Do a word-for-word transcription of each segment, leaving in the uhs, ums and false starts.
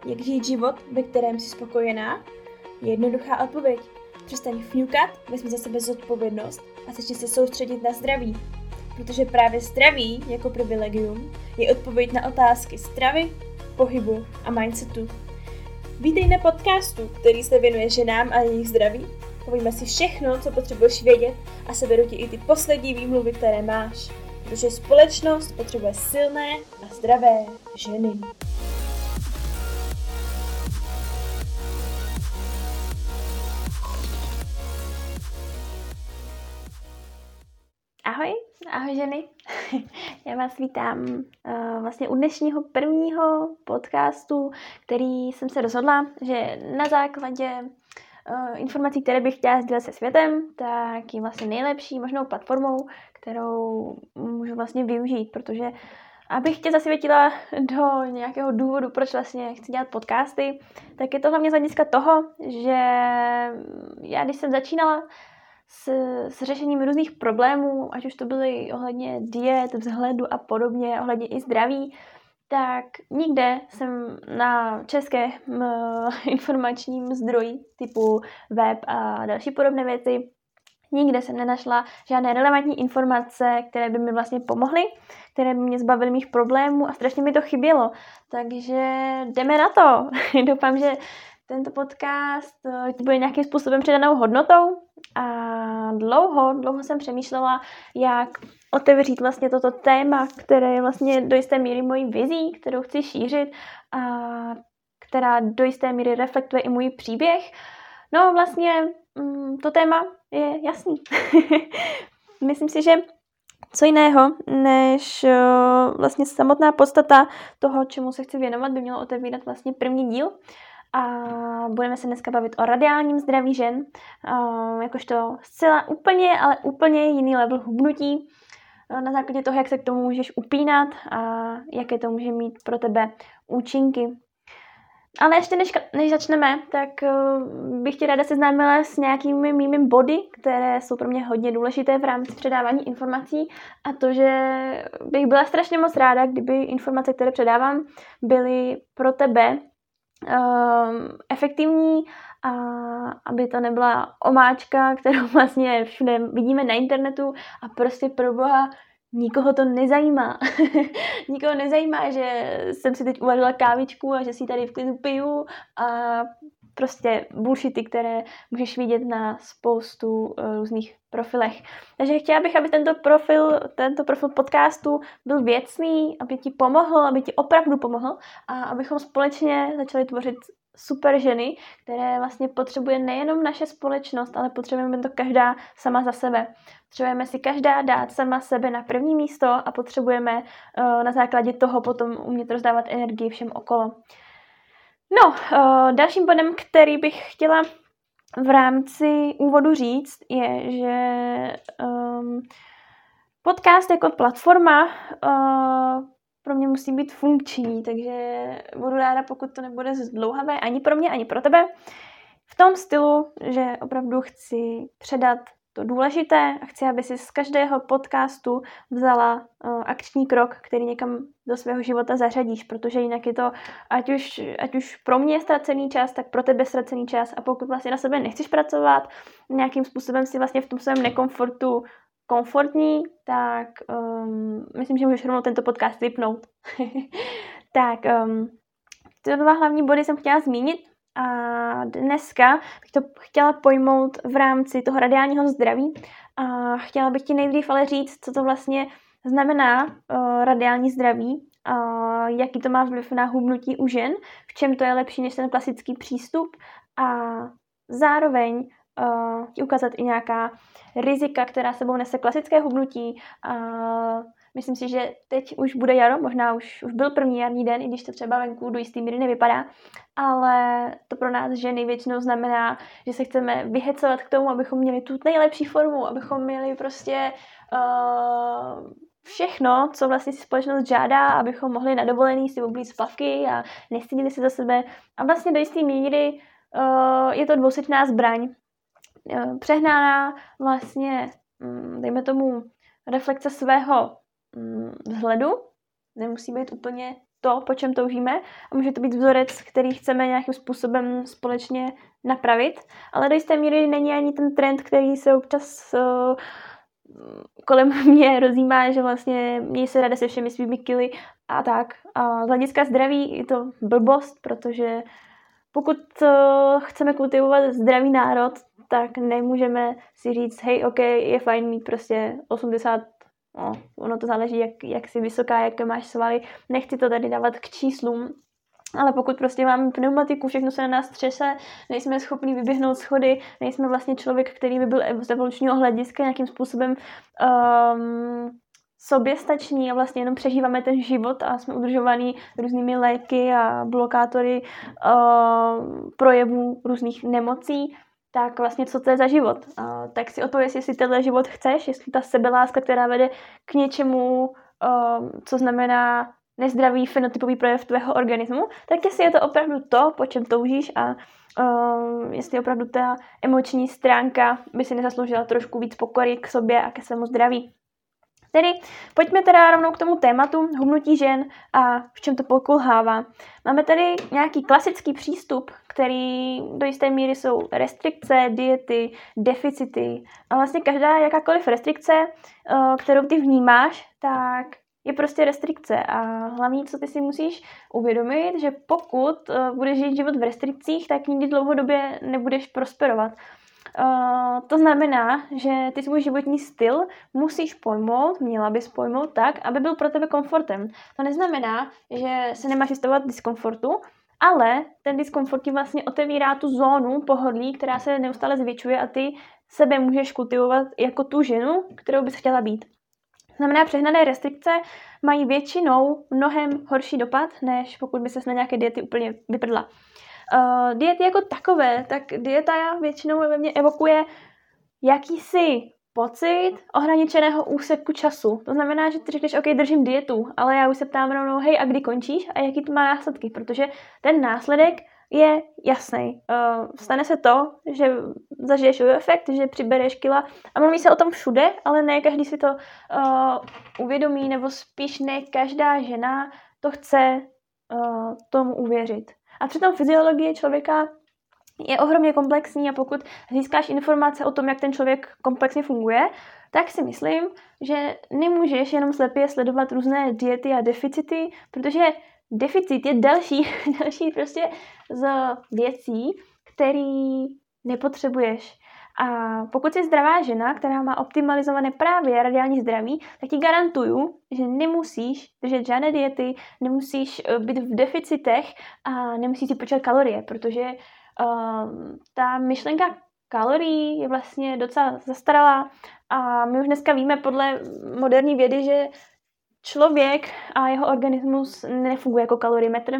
Jak žít život, ve kterém jsi spokojená? Jednoduchá odpověď. Přestaň fňukat, vezmi za sebe zodpovědnost a začni se soustředit na zdraví. Protože právě zdraví jako privilegium je odpověď na otázky stravy, pohybu a mindsetu. Vítej na podcastu, který se věnuje ženám a jejich zdraví. Povíme si všechno, co potřebuješ vědět a seberu ti i ty poslední výmluvy, které máš. Protože společnost potřebuje silné a zdravé ženy. Ahoj, ahoj ženy. Já vás vítám uh, vlastně u dnešního prvního podcastu, který jsem se rozhodla, že na základě uh, informací, které bych chtěla sdílet se světem, tak je vlastně nejlepší možnou platformou, kterou můžu vlastně využít, protože abych tě zasvětila do nějakého důvodu, proč vlastně chci dělat podcasty, tak je to hlavně z hlediska toho, že já když jsem začínala S, s řešením různých problémů, ať už to byly ohledně diet, vzhledu a podobně, ohledně i zdraví, tak nikde jsem na českém uh, informačním zdroji typu web a další podobné věci, nikde jsem nenašla žádné relevantní informace, které by mi vlastně pomohly, které by mě zbavily mých problémů a strašně mi to chybělo. Takže jdeme na to. Doufám, že tento podcast bude nějakým způsobem předanou hodnotou a dlouho, dlouho jsem přemýšlela, jak otevřít vlastně toto téma, které je vlastně do jisté míry mojí vizí, kterou chci šířit a která do jisté míry reflektuje i můj příběh. No vlastně to téma je jasný. Myslím si, že co jiného, než vlastně samotná podstata toho, čemu se chci věnovat, by mělo otevírat vlastně první díl. A budeme se dneska bavit o radiálním zdraví žen, uh, jakožto zcela úplně, ale úplně jiný level hubnutí, uh, na základě toho, jak se k tomu můžeš upínat a jaké to může mít pro tebe účinky. Ale ještě než, než začneme, tak uh, bych tě ráda seznámila s nějakými mými body, které jsou pro mě hodně důležité v rámci předávání informací, a to, že bych byla strašně moc ráda, kdyby informace, které předávám, byly pro tebe Um, efektivní a aby to nebyla omáčka, kterou vlastně všude vidíme na internetu a prostě pro boha nikoho to nezajímá. Nikoho nezajímá, že jsem si teď uvařila kávičku a že si ji tady v klidu piju a prostě bullshity, které můžeš vidět na spoustu uh, různých profilech. Takže chtěla bych, aby tento profil, tento profil podcastu byl věcný, aby ti pomohl, aby ti opravdu pomohl a abychom společně začali tvořit super ženy, které vlastně potřebuje nejenom naše společnost, ale potřebujeme to každá sama za sebe. Potřebujeme si každá dát sama sebe na první místo a potřebujeme uh, na základě toho potom umět rozdávat energii všem okolo. No, uh, dalším bodem, který bych chtěla v rámci úvodu říct, je, že um, podcast jako platforma uh, pro mě musí být funkční, takže budu ráda, pokud to nebude zdlouhavé ani pro mě, ani pro tebe. V tom stylu, že opravdu chci předat to důležité a chci, aby si z každého podcastu vzala uh, akční krok, který někam do svého života zařadíš, protože jinak je to ať už, ať už pro mě ztracený čas, tak pro tebe ztracený čas, a pokud vlastně na sebe nechceš pracovat, nějakým způsobem si vlastně v tom svém nekomfortu komfortní, tak um, myslím, že můžeš rovnou tento podcast vypnout. Tak, um, ty dva hlavní body jsem chtěla zmínit. A dneska bych to chtěla pojmout v rámci toho radiálního zdraví. A chtěla bych ti nejdřív ale říct, co to vlastně znamená uh, radiální zdraví, a jaký to má vliv na hubnutí u žen, v čem to je lepší než ten klasický přístup, a zároveň uh, ti ukázat i nějaká rizika, která sebou nese klasické hubnutí. A myslím si, že teď už bude jaro, možná už, už byl první jarní den, i když to třeba venku do jistý míry nevypadá, ale to pro nás ženy většinou znamená, že se chceme vyhecovat k tomu, abychom měli tu nejlepší formu, abychom měli prostě uh, všechno, co vlastně si společnost žádá, abychom mohli na dovolený si oblíct plavky a nestydili se za sebe. A vlastně do jisté míry uh, je to dvousečná zbraň. Uh, přehnaná vlastně, um, dejme tomu, reflexe svého vzhledu, nemusí být úplně to, po čem toužíme a může to být vzorec, který chceme nějakým způsobem společně napravit, ale do jisté míry není ani ten trend, který se občas uh, kolem mě rozjímá, že vlastně měj se rada se všemi svými kily a tak. A z hlediska zdraví je to blbost, protože pokud uh, chceme kultivovat zdravý národ, tak nemůžeme si říct, hej, ok, je fajn mít prostě osmdesát, no, ono to záleží, jak, jak jsi vysoká, jaké máš svaly, nechci to tady dávat k číslům, ale pokud prostě máme pneumatiku, všechno se na nás třese, nejsme schopni vyběhnout schody, nejsme vlastně člověk, který by byl z evolučního hlediska nějakým způsobem um, soběstační a vlastně jenom přežíváme ten život a jsme udržovaní různými léky a blokátory uh, projevů různých nemocí, tak vlastně co to je za život. Uh, tak si odpověz, jestli tenhle život chceš, jestli ta sebeláska, která vede k něčemu, uh, co znamená nezdravý fenotypový projev tvého organismu, tak jestli je to opravdu to, po čem toužíš a uh, jestli opravdu ta emoční stránka by si nezasloužila trošku víc pokory k sobě a ke svému zdraví. Tedy pojďme teda rovnou k tomu tématu hubnutí žen a v čem to pokulhává. Máme tady nějaký klasický přístup, který do jisté míry jsou restrikce, diety, deficity. A vlastně každá jakákoliv restrikce, kterou ty vnímáš, tak je prostě restrikce. A hlavně, co ty si musíš uvědomit, že pokud budeš žít život v restrikcích, tak nikdy dlouhodobě nebudeš prosperovat. Uh, to znamená, že ty svůj životní styl musíš pojmout, měla bys pojmout tak, aby byl pro tebe komfortem. To neznamená, že se nemáš vystavovat diskomfortu, ale ten diskomfort ti vlastně otevírá tu zónu pohodlí, která se neustále zvětšuje a ty sebe můžeš kultivovat jako tu ženu, kterou bys chtěla být. Znamená, přehnané restrikce mají většinou mnohem horší dopad, než pokud by ses na nějaké diety úplně vyprdla. Uh, diety jako takové, tak dieta většinou ve mně evokuje jakýsi pocit ohraničeného úseku času. To znamená, že ty řekneš, ok, držím dietu, ale já už se ptám rovnou, hej, a kdy končíš a jaký to má následky, protože ten následek je jasný. Uh, stane se to, že zažiješ efekt, že přibereš kila a mluví se o tom všude, ale ne každý si to uh, uvědomí, nebo spíš ne každá žena to chce uh, tomu uvěřit. A přitom fyziologie člověka je ohromně komplexní a pokud získáš informace o tom, jak ten člověk komplexně funguje, tak si myslím, že nemůžeš jenom slepě sledovat různé diety a deficity, protože deficit je další, další prostě z věcí, který nepotřebuješ. A pokud jsi zdravá žena, která má optimalizované právě radiální zdraví, tak ti garantuju, že nemusíš držet žádné diety, nemusíš být v deficitech a nemusíš si počítat kalorie, protože uh, ta myšlenka kalorií je vlastně docela zastaralá a my už dneska víme podle moderní vědy, že člověk a jeho organismus nefunguje jako kalorimetr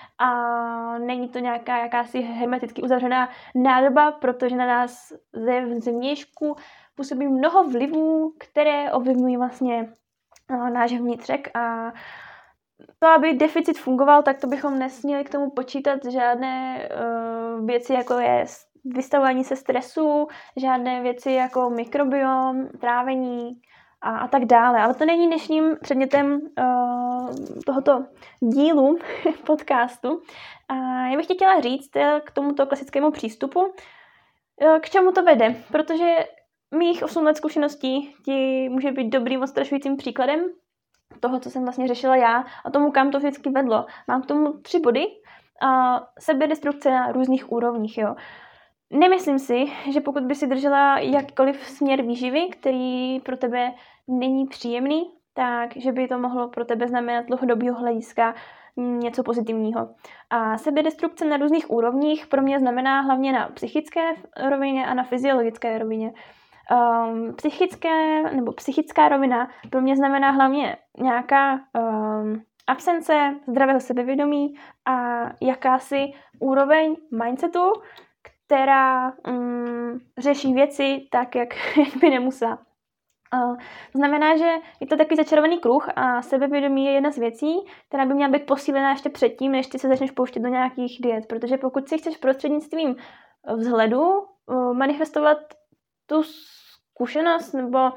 a není to nějaká jakási hermeticky uzavřená nádoba, protože na nás ze zvnějšku působí mnoho vlivů, které ovlivňují vlastně no, náš vnitřek a to, aby deficit fungoval, tak to bychom nesměli k tomu počítat žádné uh, věci, jako je vystavování se stresu, žádné věci jako mikrobiom, trávení a, a tak dále. Ale to není dnešním předmětem uh, tohoto dílu podcastu. A já bych ti chtěla říct k tomuto klasickému přístupu, uh, k čemu to vede, protože mých osm let zkušeností ti může být dobrým odstrašujícím příkladem toho, co jsem vlastně řešila já a tomu, kam to vždycky vedlo. Mám k tomu tři body. A sebedestrukce na různých úrovních. Jo. Nemyslím si, že pokud by si držela jakkoliv směr výživy, který pro tebe není příjemný, tak že by to mohlo pro tebe znamenat dlouhodobého hlediska něco pozitivního. A sebedestrukce na různých úrovních pro mě znamená hlavně na psychické rovině a na fyziologické rovině. Um, psychické nebo psychická rovina pro mě znamená hlavně nějaká um, absence zdravého sebevědomí a jakási úroveň mindsetu, která um, řeší věci tak, jak, jak by nemusela. Uh, to znamená, že je to takový začarovaný kruh a sebevědomí je jedna z věcí, která by měla být posílená ještě předtím, než ty se začneš pouštět do nějakých diet. Protože pokud si chceš prostřednictvím vzhledu uh, manifestovat tu zkušenost nebo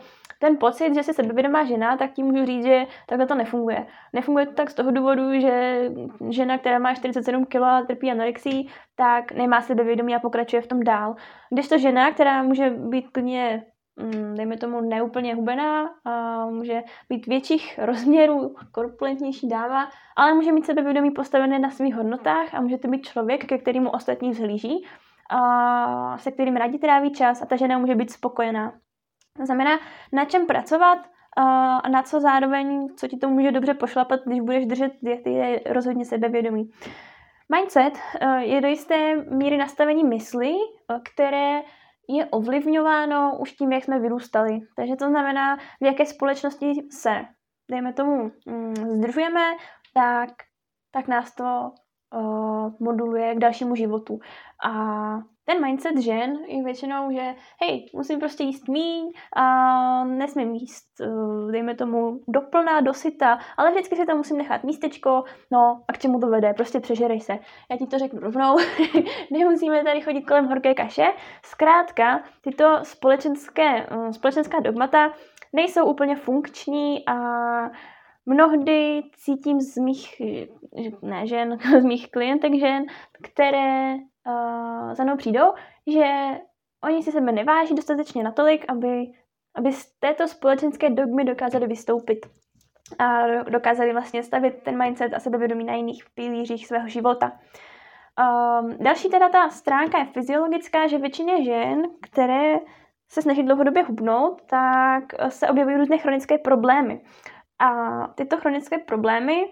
ten pocit, že jsi sebevědomá žena, tak ti můžu říct, že takhle to nefunguje. Nefunguje to tak z toho důvodu, že žena, která má čtyřicet sedm kilo a trpí anorexii, tak nemá sebevědomí a pokračuje v tom dál. Když to žena, která může být klidně, dejme tomu, neúplně hubená, a může být větších rozměrů, korpulentnější dáma, ale může mít sebevědomí postavené na svých hodnotách a může to být člověk, ke kterému ostatní vzhlíží, a se kterým rádi tráví čas a ta žena může být spokojená. To znamená, na čem pracovat a na co zároveň, co ti to může dobře pošlapat, když budeš držet diety, je rozhodně sebevědomí. Mindset je do jisté míry nastavení mysli, které je ovlivňováno už tím, jak jsme vyrůstali. Takže to znamená, v jaké společnosti se, dejme tomu, zdržujeme, tak, tak nás to uh, moduluje k dalšímu životu. A ten mindset žen je většinou, že hej, musím prostě jíst míň a nesmím jíst, dejme tomu, doplná, dosyta, ale vždycky si tam musím nechat místečko, no a k čemu to vede, prostě přežerej se. Já ti to řeknu rovnou, nemusíme tady chodit kolem horké kaše. Zkrátka, tyto společenské, společenská dogmata nejsou úplně funkční a mnohdy cítím z mých, ne žen, z mých klientek žen, které uh, za mnou přijdou, že oni si sebe neváží dostatečně natolik, aby, aby z této společenské dogmy dokázali vystoupit a dokázali vlastně stavit ten mindset a sebevědomí na jiných pilířích svého života. Um, další teda ta stránka je fyziologická, že většině žen, které se snaží dlouhodobě hubnout, tak se objevují různé chronické problémy. A tyto chronické problémy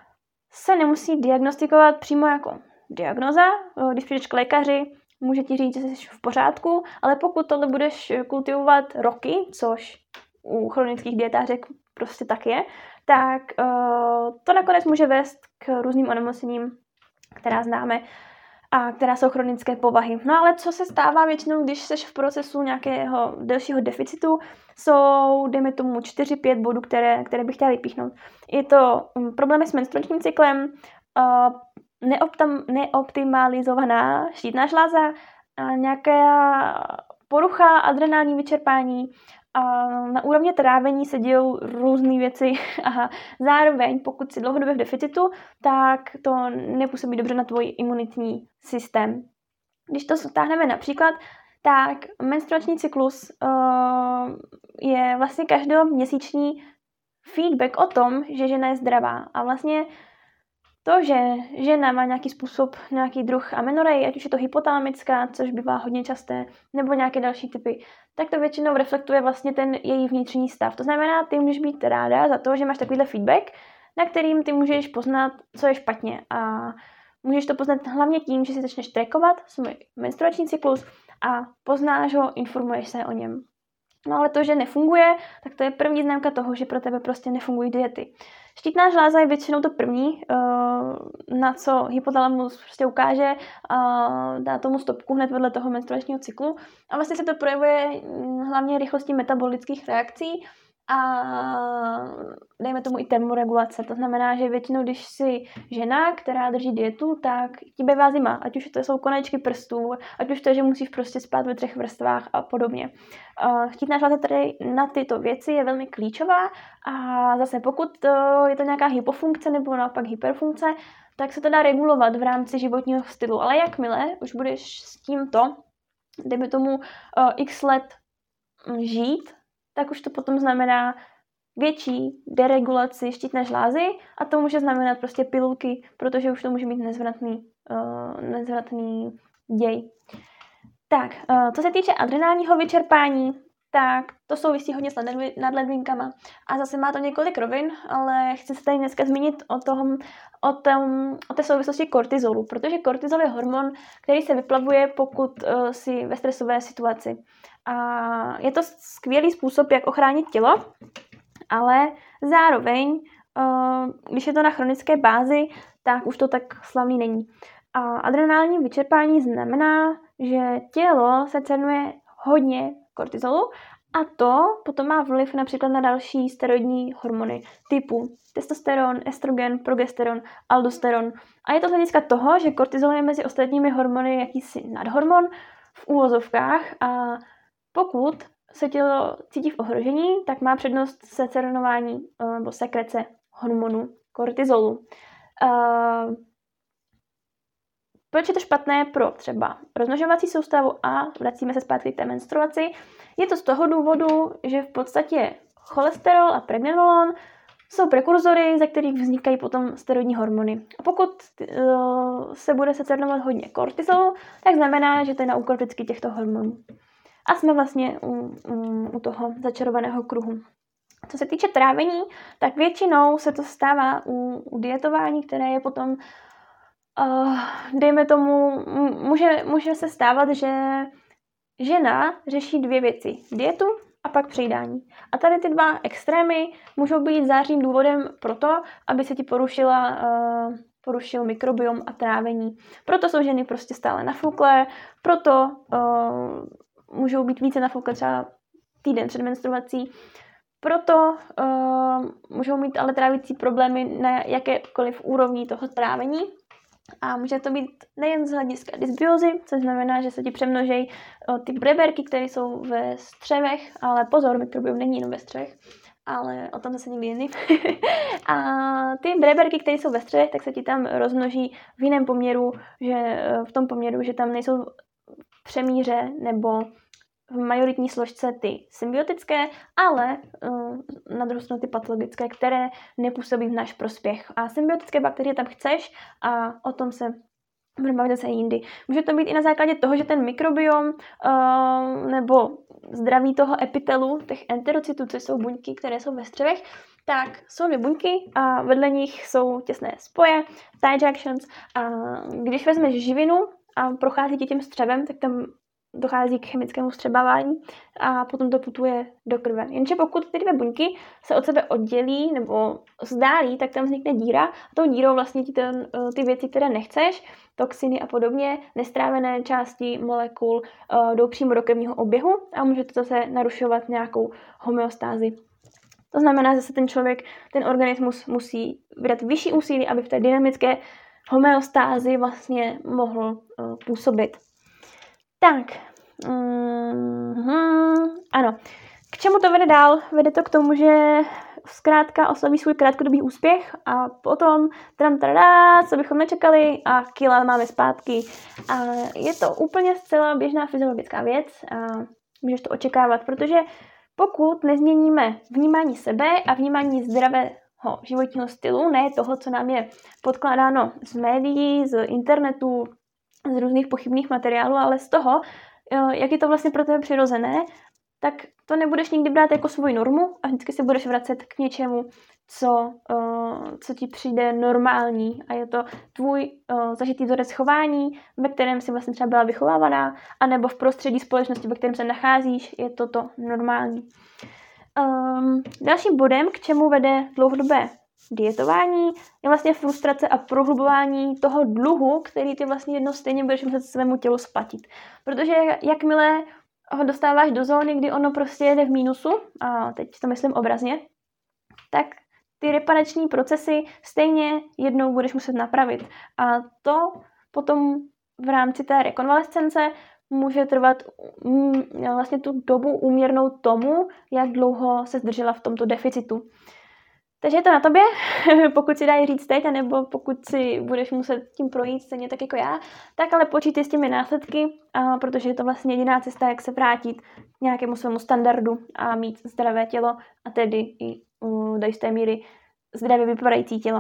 se nemusí diagnostikovat přímo jako diagnoza. Když přijdeš k lékaři, může ti říct, že jsi v pořádku, ale pokud tohle budeš kultivovat roky, což u chronických dietářek prostě tak je, tak uh, to nakonec může vést k různým onemocněním, která známe a která jsou chronické povahy. No ale co se stává většinou, když jsi v procesu nějakého delšího deficitu, jsou, dejme tomu, čtyři pět bodů, které, které bych chtěla vypíchnout. Je to um, problémy s menstruačním cyklem, uh, neoptam, neoptimalizovaná štítná žláza, uh, nějaká porucha adrenální vyčerpání, a na úrovni trávení se dějou různé věci a zároveň, pokud jsi dlouhodobě v deficitu, tak to nepůsobí dobře na tvůj imunitní systém. Když to stáhneme například, tak menstruační cyklus uh, je vlastně každoměsíční feedback o tom, že žena je zdravá. A vlastně to, že žena má nějaký způsob, nějaký druh amenoreji, ať už je to hypotalamická, což bývá hodně časté, nebo nějaké další typy, tak to většinou reflektuje vlastně ten její vnitřní stav. To znamená, ty můžeš být ráda za to, že máš takovýhle feedback, na kterým ty můžeš poznat, co je špatně. A můžeš to poznat hlavně tím, že si začneš trackovat svůj menstruační cyklus a poznáš ho, informuješ se o něm. No ale to, že nefunguje, tak to je první známka toho, že pro tebe prostě nefungují diety. Štítná žláza je většinou to první, na co hypotalamus prostě ukáže a dá tomu stopku hned vedle toho menstruačního cyklu. A vlastně se to projevuje hlavně rychlostí metabolických reakcí a dejme tomu i termoregulace. To znamená, že většinou, když jsi žena, která drží dietu, tak ti bývá zima. Ať už to jsou konečky prstů, ať už to je, že musíš prostě spát ve třech vrstvách a podobně. Štítná žláza tady na tyto věci je velmi klíčová a zase pokud je to nějaká hypofunkce nebo naopak hyperfunkce, tak se to dá regulovat v rámci životního stylu. Ale jakmile už budeš s tímto, dejme tomu x let žít, tak už to potom znamená větší deregulaci štítné žlázy a to může znamenat prostě pilulky, protože už to může mít nezvratný, uh, nezvratný děj. Tak, uh, co se týče adrenálního vyčerpání, tak to souvisí hodně s nadledvinkama. A zase má to několik rovin, ale chci se tady dneska zmínit o, tom, o, tom, o té souvislosti kortizolu, protože kortizol je hormon, který se vyplavuje, pokud uh, jsi ve stresové situaci. A je to skvělý způsob, jak ochránit tělo, ale zároveň, uh, když je to na chronické bázi, tak už to tak slavný není. A adrenální vyčerpání znamená, že tělo se cernuje hodně kortizolu a to potom má vliv například na další steroidní hormony typu testosteron, estrogen, progesteron, aldosteron. A je to z hlediska toho, že kortizol je mezi ostatními hormony jakýsi nadhormon v úvozovkách a pokud se tělo cítí v ohrožení, tak má přednost secretování nebo sekrece hormonu kortizolu. Uh, proč je to špatné pro třeba rozmnožovací soustavu a vracíme se zpátky k té menstruaci? Je to z toho důvodu, že v podstatě cholesterol a pregnenolon jsou prekurzory, ze kterých vznikají potom steroidní hormony. A pokud uh, se bude secretovat hodně kortizolu, tak znamená, že to je na úkor vždycky těchto hormonů. A jsme vlastně u, u, u toho začarovaného kruhu. Co se týče trávení, tak většinou se to stává u, u dietování, které je potom, uh, dejme tomu, může, může se stávat, že žena řeší dvě věci. Dietu a pak přejídání. A tady ty dva extrémy můžou být zářným důvodem pro to, aby se ti porušila, uh, porušil mikrobiom a trávení. Proto jsou ženy prostě stále nafuklé, proto uh, můžou být více nafuklé třeba týden před menstruací, proto uh, můžou mít ale trávicí problémy na jakékoliv úrovni toho trávení. A může to být nejen z hlediska dysbiózy, což znamená, že se ti přemnožejí uh, ty breberky, které jsou ve střevech, ale pozor, mikrobiom není jenom ve střevech, ale o tom zase někdy jindy. A ty breberky, které jsou ve střevech, tak se ti tam rozmnoží v jiném poměru, že v tom poměru, že tam nejsou v přemíře nebo v majoritní složce ty symbiotické, ale uh, na druhou stranu ty patologické, které nepůsobí v náš prospěch. A symbiotické bakterie tam chceš a o tom se budeme bavit zase jindy. Může to být i na základě toho, že ten mikrobiom uh, nebo zdraví toho epitelu, těch enterocytů, což jsou buňky, které jsou ve střevech, tak jsou dvě buňky a vedle nich jsou těsné spoje, tight junctions, a když vezmeš živinu a prochází ti tím střevem, tak tam dochází k chemickému vstřebávání a potom to putuje do krve. Jenže pokud ty dvě buňky se od sebe oddělí nebo vzdálí, tak tam vznikne díra a tou dírou vlastně ti ten, ty věci, které nechceš, toxiny a podobně, nestrávené části molekul jdou přímo do krevního oběhu a může to zase narušovat nějakou homeostázi. To znamená, že se ten člověk, ten organismus musí vydat vyšší úsilí, aby v té dynamické homeostázi vlastně mohl působit. Tak, mm-hmm, ano. K čemu to vede dál? Vede to k tomu, že zkrátka osloví svůj krátkodobý úspěch a potom tram tada, co bychom nečekali a kila máme zpátky. A je to úplně zcela běžná fyziologická věc a můžeš to očekávat, protože pokud nezměníme vnímání sebe a vnímání zdravého životního stylu, ne toho, co nám je podkládáno z médií, z internetu, z různých pochybných materiálů, ale z toho, jak je to vlastně pro tebe přirozené, tak to nebudeš nikdy brát jako svou normu a vždycky se budeš vracet k něčemu, co, co ti přijde normální a je to tvůj zažitý vzorec chování, ve kterém jsi vlastně třeba byla vychovávaná, anebo v prostředí společnosti, ve kterém se nacházíš, je to to normální. Um, dalším bodem, k čemu vede dlouhodobé dietování, je vlastně frustrace a prohlubování toho dluhu, který ty vlastně jednou stejně budeš muset svému tělu splatit. Protože jakmile ho dostáváš do zóny, kdy ono prostě jede v mínusu, a teď to myslím obrazně, tak ty reparační procesy stejně jednou budeš muset napravit. A to potom v rámci té rekonvalescence může trvat mm, vlastně tu dobu úměrnou tomu, jak dlouho se zdržela v tomto deficitu. Takže je to na tobě, pokud si dají říct teď, anebo pokud si budeš muset tím projít stejně tak jako já, tak ale počítej s těmi následky, a protože je to vlastně jediná cesta, jak se vrátit k nějakému svému standardu a mít zdravé tělo a tedy i uh, do jisté míry zdravě vypadající tělo.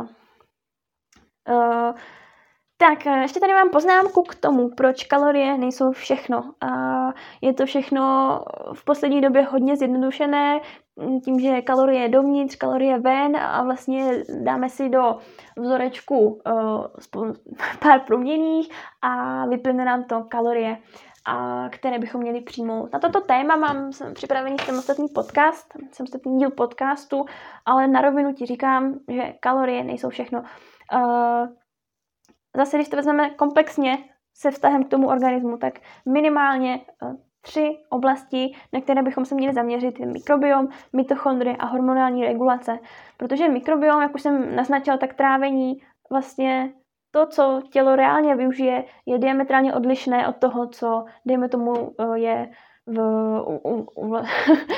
Uh, Tak, ještě tady mám poznámku k tomu, proč kalorie nejsou všechno. A je to všechno v poslední době hodně zjednodušené tím, že kalorie dovnitř, kalorie ven a vlastně dáme si do vzorečku uh, pár proměnných a vyplyne nám to kalorie, a které bychom měli přijmout. Na toto téma mám jsem připravený samostatný podcast, samostatný díl podcastu, ale na rovinu ti říkám, že kalorie nejsou všechno. Uh, Zase, když to vezmeme komplexně se vztahem k tomu organismu, tak minimálně tři oblasti, na které bychom se měli zaměřit, je mikrobiom, mitochondrie a hormonální regulace. Protože mikrobiom, jak už jsem naznačila, tak trávení, vlastně to, co tělo reálně využije, je diametrálně odlišné od toho, co, dejme tomu, je v, u, u, u, um,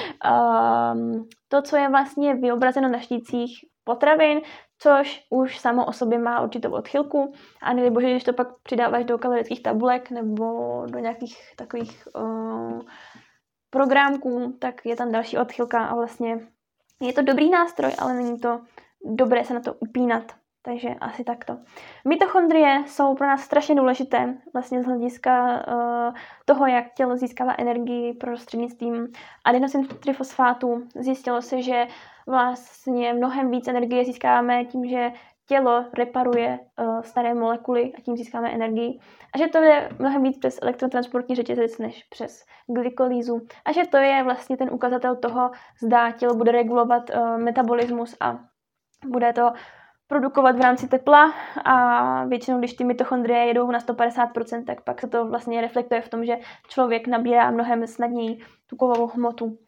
to, co je vlastně vyobrazeno na štítcích potravin, což už samo o sobě má určitou odchylku. A nebo když to pak přidáváš do kalorických tabulek nebo do nějakých takových uh, programků, tak je tam další odchylka a vlastně je to dobrý nástroj, ale není to dobré se na to upínat. Takže asi takto. Mitochondrie jsou pro nás strašně důležité vlastně z hlediska uh, toho, jak tělo získává energii prostřednictvím adenosyn-trifosfátu. Zjistilo se, že vlastně mnohem víc energie získáváme tím, že tělo reparuje uh, staré molekuly a tím získáme energii. A že to je mnohem víc přes elektrotransportní řetězec než přes glykolýzu. A že to je vlastně ten ukazatel toho, zda tělo bude regulovat uh, metabolismus a bude to produkovat v rámci tepla a většinou, když ty mitochondrie jedou na sto padesát procent, tak pak se to vlastně reflektuje v tom, že člověk nabírá mnohem snadněji tukovou hmotu.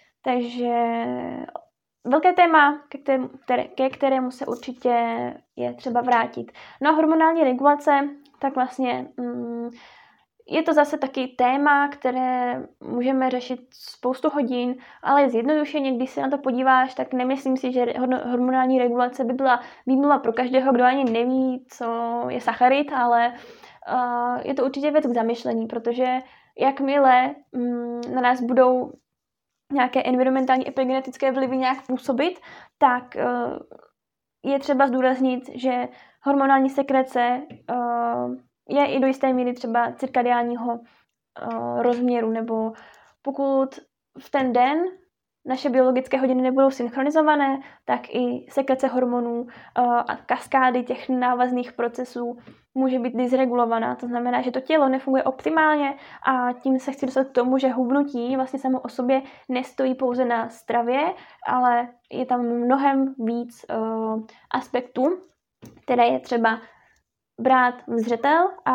Takže velké téma, ke kterému, ke kterému se určitě je třeba vrátit. No a hormonální regulace, tak vlastně mm, je to zase taky téma, které můžeme řešit spoustu hodin, ale zjednodušeně, když se na to podíváš, tak nemyslím si, že hormonální regulace by byla výmluva pro každého, kdo ani neví, co je sacharid, ale uh, je to určitě věc k zamyšlení, protože jakmile um, na nás budou nějaké environmentální epigenetické vlivy nějak působit, tak uh, je třeba zdůraznit, že hormonální sekrece uh, je i do jisté míry třeba cirkadiálního uh, rozměru, nebo pokud v ten den naše biologické hodiny nebudou synchronizované, tak i sekrece hormonů uh, a kaskády těch návazných procesů může být dysregulovaná. To znamená, že to tělo nefunguje optimálně a tím se chci dostat k tomu, že hubnutí vlastně samo o sobě nestojí pouze na stravě, ale je tam mnohem víc uh, aspektů, které je třeba brát v zřetel a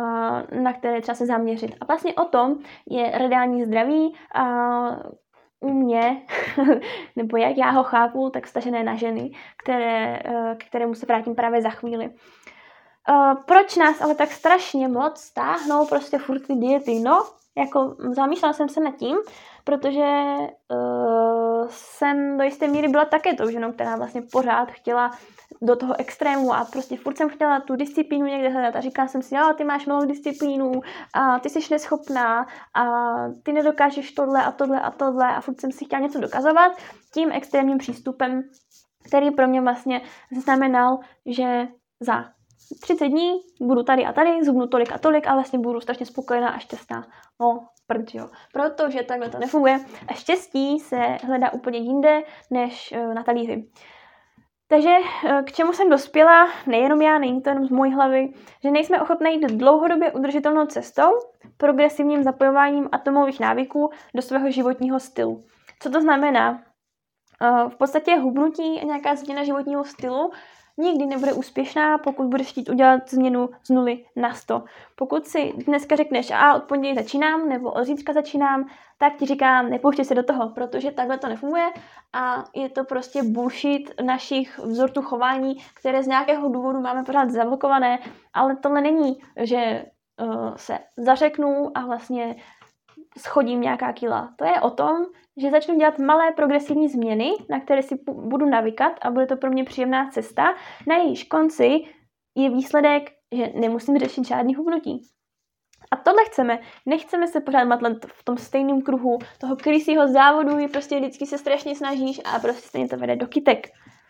na které třeba se zaměřit. A vlastně o tom je radiální zdraví a u mě, nebo jak já ho chápu, tak stažené na ženy, které, k kterému se vrátím právě za chvíli. Proč nás ale tak strašně moc stáhnou prostě furt ty diety? No, jako zamýšlela jsem se nad tím, protože uh, jsem do jisté míry byla také tou ženou, která vlastně pořád chtěla do toho extrému a prostě furt jsem chtěla tu disciplínu někde hledat a říkala jsem si, jo, ty máš malou disciplínu a ty jsi neschopná a ty nedokážeš tohle a tohle a tohle a furt jsem si chtěla něco dokazovat tím extrémním přístupem, který pro mě vlastně znamenal, že za třicet dní budu tady a tady, zhubnu tolik a tolik a vlastně budu strašně spokojená a šťastná. No, prd, jo. Protože takhle to nefunguje a štěstí se hledá úplně jinde než na talíři. Takže k čemu jsem dospěla, nejenom já, není to jenom z mojí hlavy, že nejsme ochotné jít dlouhodobě udržitelnou cestou, progresivním zapojováním atomových návyků do svého životního stylu. Co to znamená? V podstatě hubnutí a nějaká změna životního stylu nikdy nebude úspěšná, pokud budeš chtít udělat změnu z nuly na sto. Pokud si dneska řekneš, a od pondělí začínám, nebo od zítřka začínám, tak ti říkám, nepouštěj se do toho, protože takhle to nefunguje a je to prostě bullshit našich vzorců chování, které z nějakého důvodu máme pořád zablokované, ale tohle není, že uh, se zařeknu a vlastně schodím nějaká kila. To je o tom, že začnu dělat malé progresivní změny, na které si budu navykat a bude to pro mě příjemná cesta, na jejíž konci je výsledek, že nemusím řešit žádný hubnutí. A tohle chceme. Nechceme se pořád matlat v tom stejném kruhu toho krysího závodu, kdy prostě vždycky se strašně snažíš a prostě stejně to vede do kytek.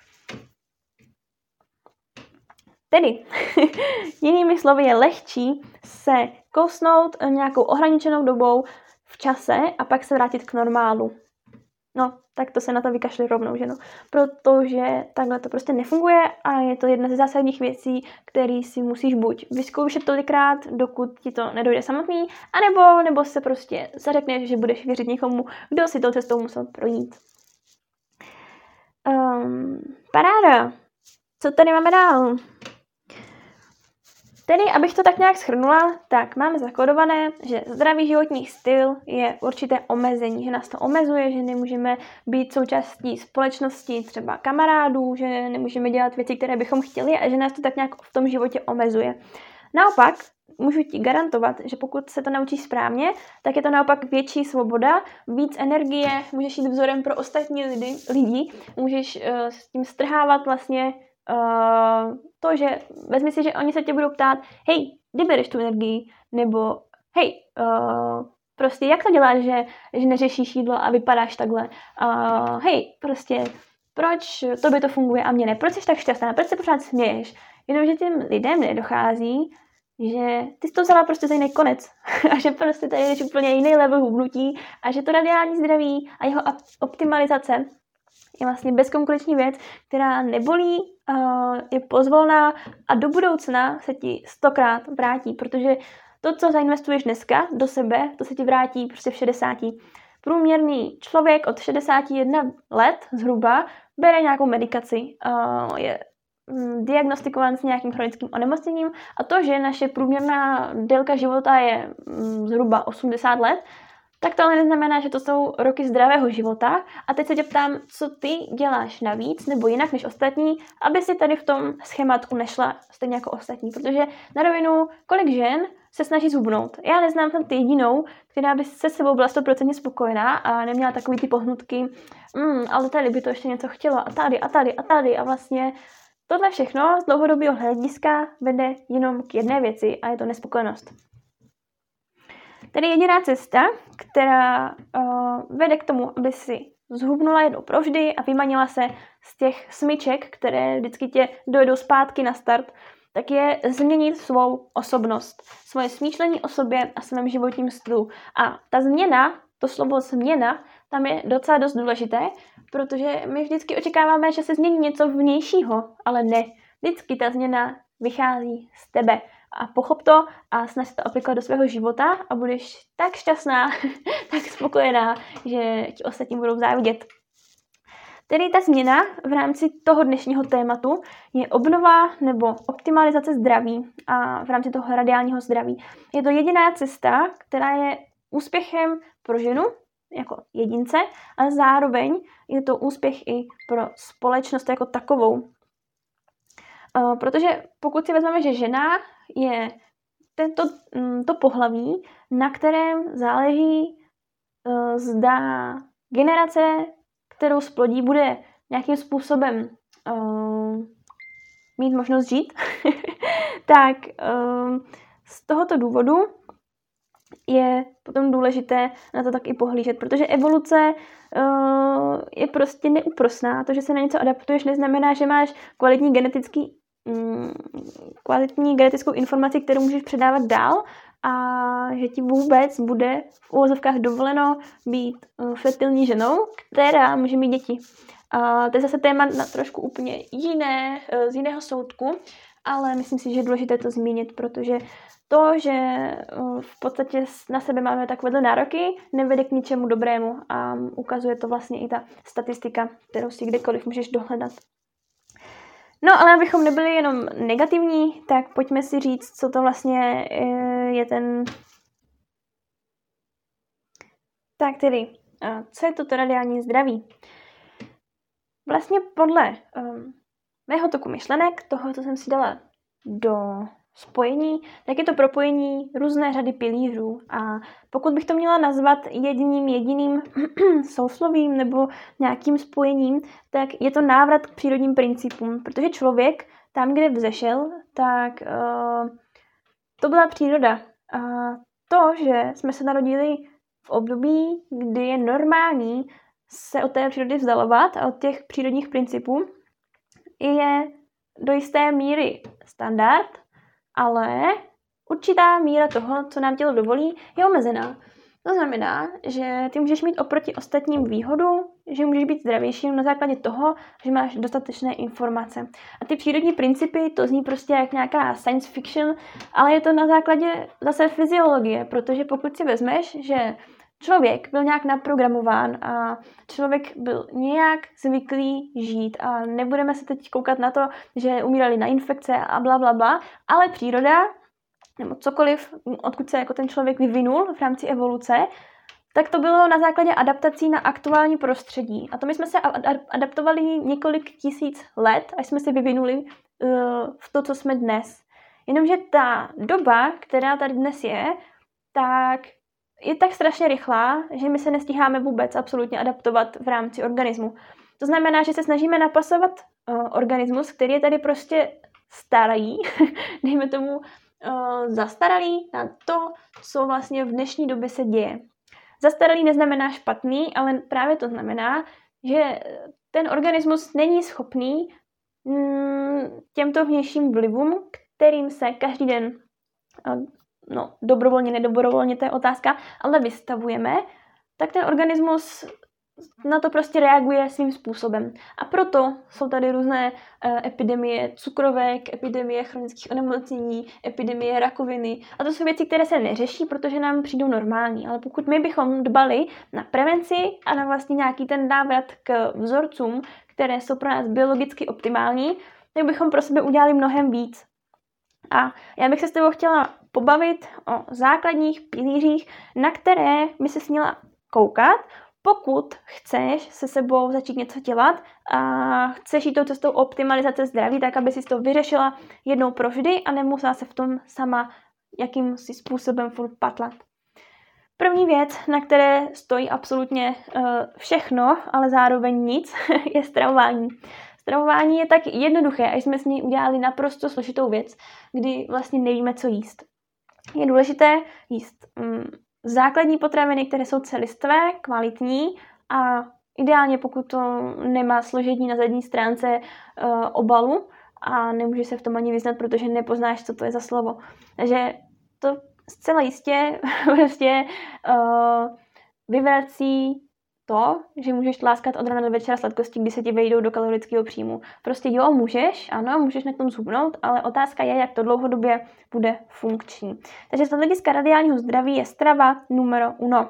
Tedy, jinými slovy je lehčí se kousnout nějakou ohraničenou dobou v čase a pak se vrátit k normálu. No, tak to se na to vykašli rovnou, že no. Protože takhle to prostě nefunguje a je to jedna ze zásadních věcí, které si musíš buď vyzkoušet tolikrát, dokud ti to nedojde samotný, anebo nebo se prostě zařekneš, že budeš věřit někomu, kdo si tou cestou musel projít. Um, paráda. Co tady máme dál? Tedy, abych to tak nějak shrnula, tak máme zakódované, že zdravý životní styl je určité omezení, že nás to omezuje, že nemůžeme být součástí společnosti, třeba kamarádů, že nemůžeme dělat věci, které bychom chtěli a že nás to tak nějak v tom životě omezuje. Naopak, můžu ti garantovat, že pokud se to naučíš správně, tak je to naopak větší svoboda, víc energie, můžeš jít vzorem pro ostatní lidi, lidi můžeš uh, s tím strhávat vlastně uh, to, že vezmi si, že oni se tě budou ptát, hej, kdy bereš tu energii, nebo hej, uh, prostě jak to děláš, že, že neřešíš jídlo a vypadáš takhle, uh, hej, prostě proč tobě to funguje a mně ne, proč jsi tak šťastná, proč se pořád směješ, jenomže těm lidem nedochází, že ty jsi to vzala prostě za jiný konec a že prostě tady je úplně jiný level hubnutí a že to radiální zdraví a jeho optimalizace je vlastně bezkonkurenční věc, která nebolí, je pozvolná a do budoucna se ti stokrát vrátí, protože to, co zainvestuješ dneska do sebe, to se ti vrátí prostě v šedesáti. Průměrný člověk od šedesáti jednoho let zhruba bere nějakou medikaci, je diagnostikován s nějakým chronickým onemocněním a to, že naše průměrná délka života je zhruba osmdesát let, tak to ale neznamená, že to jsou roky zdravého života. A teď se tě ptám, co ty děláš navíc nebo jinak než ostatní, aby si tady v tom schématku nešla stejně jako ostatní. Protože na rovinu, kolik žen se snaží zhubnout. Já neznám tam ty jedinou, která by se sebou byla sto procent spokojená a neměla takový ty pohnutky, mm, ale tady by to ještě něco chtělo a tady a tady a tady a vlastně tohle všechno z dlouhodobého hlediska vede jenom k jedné věci a je to nespokojenost. Tedy jediná cesta, která uh, vede k tomu, aby si zhubnula jednou provždy a vymanila se z těch smyček, které vždycky tě dojedou zpátky na start, tak je změnit svou osobnost, svoje smýšlení o sobě a svém životním stylu. A ta změna, to slovo změna, tam je docela dost důležité, protože my vždycky očekáváme, že se změní něco vnějšího, ale ne. Vždycky ta změna vychází z tebe. A pochop to a snaž se to aplikovat do svého života a budeš tak šťastná, tak spokojená, že ti ostatní budou závidět. Tedy ta změna v rámci toho dnešního tématu je obnova nebo optimalizace zdraví a v rámci toho radiálního zdraví. Je to jediná cesta, která je úspěchem pro ženu jako jedince, ale zároveň je to úspěch i pro společnost jako takovou. Uh, protože pokud si vezmeme, že žena je tento, to pohlaví, na kterém záleží, uh, zda generace, kterou splodí, bude nějakým způsobem uh, mít možnost žít, tak uh, z tohoto důvodu je potom důležité na to tak i pohlížet, protože evoluce uh, je prostě neúprosná. To, že se na něco adaptuješ, neznamená, že máš kvalitní genetický kvalitní genetickou informaci, kterou můžeš předávat dál a že ti vůbec bude v uvozovkách dovoleno být fertilní ženou, která může mít děti. A to je zase téma na trošku úplně jiné, z jiného soudku, ale myslím si, že je důležité to zmínit, protože to, že v podstatě na sebe máme takovéhle nároky, nevede k ničemu dobrému a ukazuje to vlastně i ta statistika, kterou si kdekoliv můžeš dohledat. No, ale abychom nebyli jenom negativní, tak pojďme si říct, co to vlastně je ten... Tak tedy, co je toto radiální zdraví? Vlastně podle um, mého toku myšlenek, toho, co jsem si dala do spojení, tak je to propojení různé řady pilířů. A pokud bych to měla nazvat jedním jediným souslovím nebo nějakým spojením, tak je to návrat k přírodním principům. Protože člověk tam, kde vzešel, tak uh, to byla příroda. A to, že jsme se narodili v období, kdy je normální se od té přírody vzdalovat a od těch přírodních principů, je do jisté míry standard, ale určitá míra toho, co nám tělo dovolí, je omezená. To znamená, že ty můžeš mít oproti ostatním výhodu, že můžeš být zdravější na základě toho, že máš dostatečné informace. A ty přírodní principy, to zní prostě jak nějaká science fiction, ale je to na základě zase fyziologie, protože pokud si vezmeš, že člověk byl nějak naprogramován a člověk byl nějak zvyklý žít a nebudeme se teď koukat na to, že umírali na infekce a bla, bla, bla, ale příroda, nebo cokoliv, odkud se jako ten člověk vyvinul v rámci evoluce, tak to bylo na základě adaptací na aktuální prostředí. A to my jsme se adaptovali několik tisíc let, až jsme se vyvinuli uh, v to, co jsme dnes. Jenomže ta doba, která tady dnes je, tak je tak strašně rychlá, že my se nestíháme vůbec absolutně adaptovat v rámci organismu. To znamená, že se snažíme napasovat uh, organismus, který je tady prostě starý, dejme tomu uh, zastaralý na to, co vlastně v dnešní době se děje. Zastaralý neznamená špatný, ale právě to znamená, že ten organismus není schopný mm, těmto vnějším vlivům, kterým se každý den, no dobrovolně, nedobrovolně, to je otázka, ale vystavujeme, tak ten organismus na to prostě reaguje svým způsobem. A proto jsou tady různé uh, epidemie cukrovek, epidemie chronických onemocnění, epidemie rakoviny. A to jsou věci, které se neřeší, protože nám přijdou normální. Ale pokud my bychom dbali na prevenci a na vlastně nějaký ten návrat k vzorcům, které jsou pro nás biologicky optimální, tak bychom pro sebe udělali mnohem víc. A já bych se s tebou chtěla pobavit o základních pilířích, na které by se směla koukat, pokud chceš se sebou začít něco dělat a chceš jít tou cestou optimalizace zdraví, tak aby si to vyřešila jednou provždy a nemusela se v tom sama jakýmsi způsobem furt patlat. První věc, na které stojí absolutně uh, všechno, ale zároveň nic, je stravování. Stravování je tak jednoduché, až jsme s ní udělali naprosto složitou věc, kdy vlastně nevíme, co jíst. Je důležité jíst um, základní potraviny, které jsou celistvé, kvalitní a ideálně, pokud to nemá složení na zadní stránce uh, obalu a nemůže se v tom ani vyznat, protože nepoznáš, co to je za slovo. Takže to zcela jistě prostě uh, vyvrací to, že můžeš tláskat od rána do večera sladkosti, kdy se ti vejdou do kalorického příjmu. Prostě jo, můžeš, ano, můžeš na tom zhubnout, ale otázka je, jak to dlouhodobě bude funkční. Takže z hlediska radiálního zdraví je strava numero uno.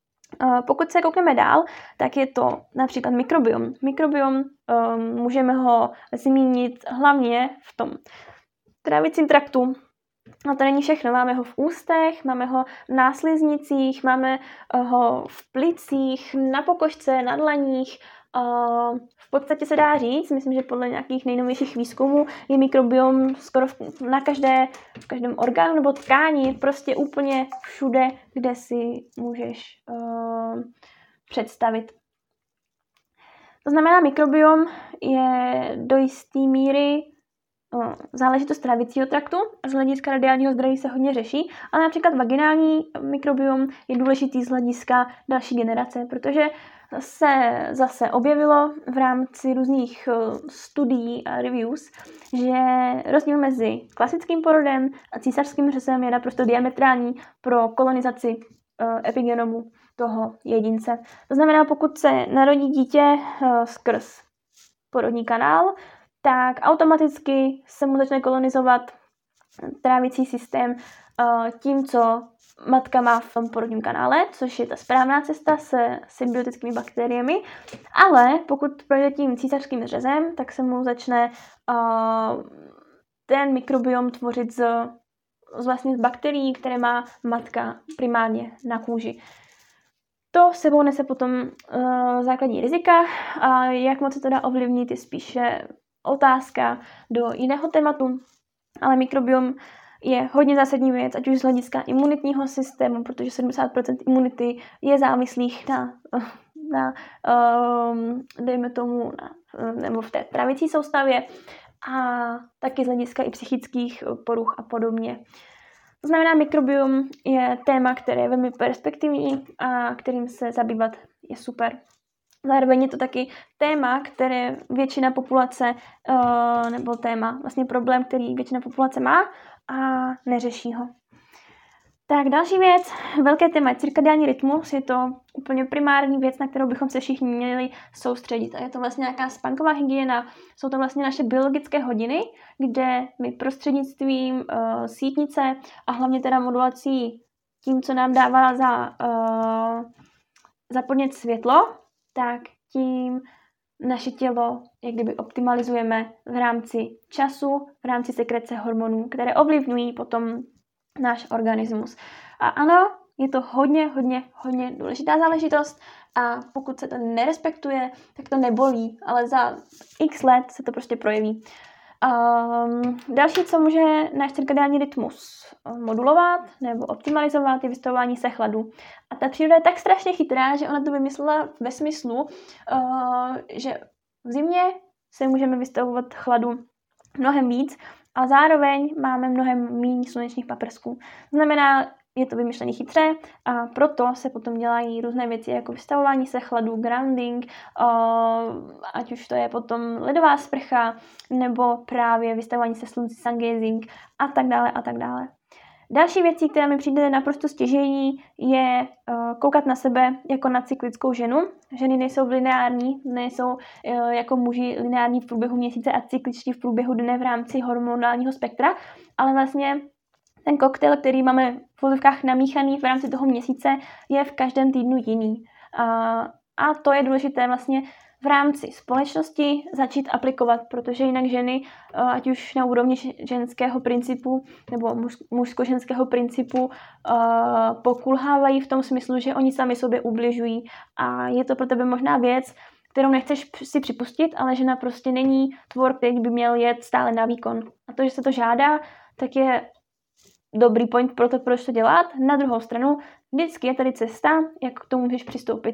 Pokud se koukneme dál, tak je to například mikrobiom. Mikrobiom um, můžeme ho zmínit hlavně v tom trávicím traktu. A to není všechno. Máme ho v ústech, máme ho v násliznicích, máme ho v plicích, na pokožce, na dlaních. V podstatě se dá říct, myslím, že podle nějakých nejnovějších výzkumů je mikrobiom skoro na každé, v každém orgánu nebo tkání, prostě úplně všude, kde si můžeš uh, představit. To znamená, mikrobiom je do jisté míry záležitost trávicího traktu a z hlediska radiálního zdraví se hodně řeší, ale například vaginální mikrobiom je důležitý z hlediska další generace, protože se zase objevilo v rámci různých studií a reviews, že rozdíl mezi klasickým porodem a císařským řezem je naprosto diametrální pro kolonizaci epigenomu toho jedince. To znamená, pokud se narodí dítě skrz porodní kanál, tak automaticky se mu začne kolonizovat trávicí systém tím, co matka má v tom porodním kanále, což je ta správná cesta se symbiotickými bakteriemi, ale pokud projde tím císařským řezem, tak se mu začne ten mikrobiom tvořit z, z vlastně z bakterií, které má matka primárně na kůži. To sebou nese potom uh, základní rizika a jak moc se to dá ovlivnit je spíše otázka do jiného tématu, ale mikrobiom je hodně zásadní věc, ať už z hlediska imunitního systému, protože sedmdesát procent imunity je závislých na, na um, dejme tomu, na, nebo v té trávicí soustavě a taky z hlediska i psychických poruch a podobně. To znamená, mikrobiom je téma, které je velmi perspektivní a kterým se zabývat je super. Zároveň je to taky téma, které většina populace, nebo téma, vlastně problém, který většina populace má a neřeší ho. Tak další věc, velké téma je cirkadiální rytmus, je to úplně primární věc, na kterou bychom se všichni měli soustředit. A je to vlastně nějaká spánková hygiena, jsou to vlastně naše biologické hodiny, kde my prostřednictvím uh, sítnice a hlavně teda modulací tím, co nám dává za, uh, za podnět světlo, tak tím naše tělo jak kdyby optimalizujeme v rámci času, v rámci sekrece hormonů, které ovlivňují potom náš organismus. A ano, je to hodně, hodně, hodně důležitá záležitost a pokud se to nerespektuje, tak to nebolí, ale za x let se to prostě projeví. Um, další, co může náš cirkadiální rytmus modulovat nebo optimalizovat, je vystavování se chladu. A ta příroda je tak strašně chytrá, že ona to vymyslela ve smyslu, uh, že v zimě se můžeme vystavovat chladu mnohem víc a zároveň máme mnohem méně slunečních paprsků. To znamená, je to vymyšlený chytře a proto se potom dělají různé věci jako vystavování se chladu, grounding, uh, ať už to je potom ledová sprcha nebo právě vystavování se slunci, sungazing a tak dále a tak dále. Další věcí, která mi přijde naprosto stěžejní, je uh, koukat na sebe jako na cyklickou ženu. Ženy nejsou lineární, nejsou uh, jako muži lineární v průběhu měsíce a cykličtí v průběhu dne v rámci hormonálního spektra, ale vlastně ten koktejl, který máme v vozovkách namíchaný v rámci toho měsíce, je v každém týdnu jiný. A, a to je důležité vlastně v rámci společnosti začít aplikovat, protože jinak ženy, ať už na úrovni ženského principu nebo muž, mužsko-ženského principu, pokulhávají v tom smyslu, že oni sami sobě ubližují. A je to pro tebe možná věc, kterou nechceš si připustit, ale žena prostě není tvor, který by měl jet stále na výkon. A to, že se to žádá, tak je dobrý point pro to, proč to dělat. Na druhou stranu, vždycky je tady cesta, jak k tomu můžeš přistoupit.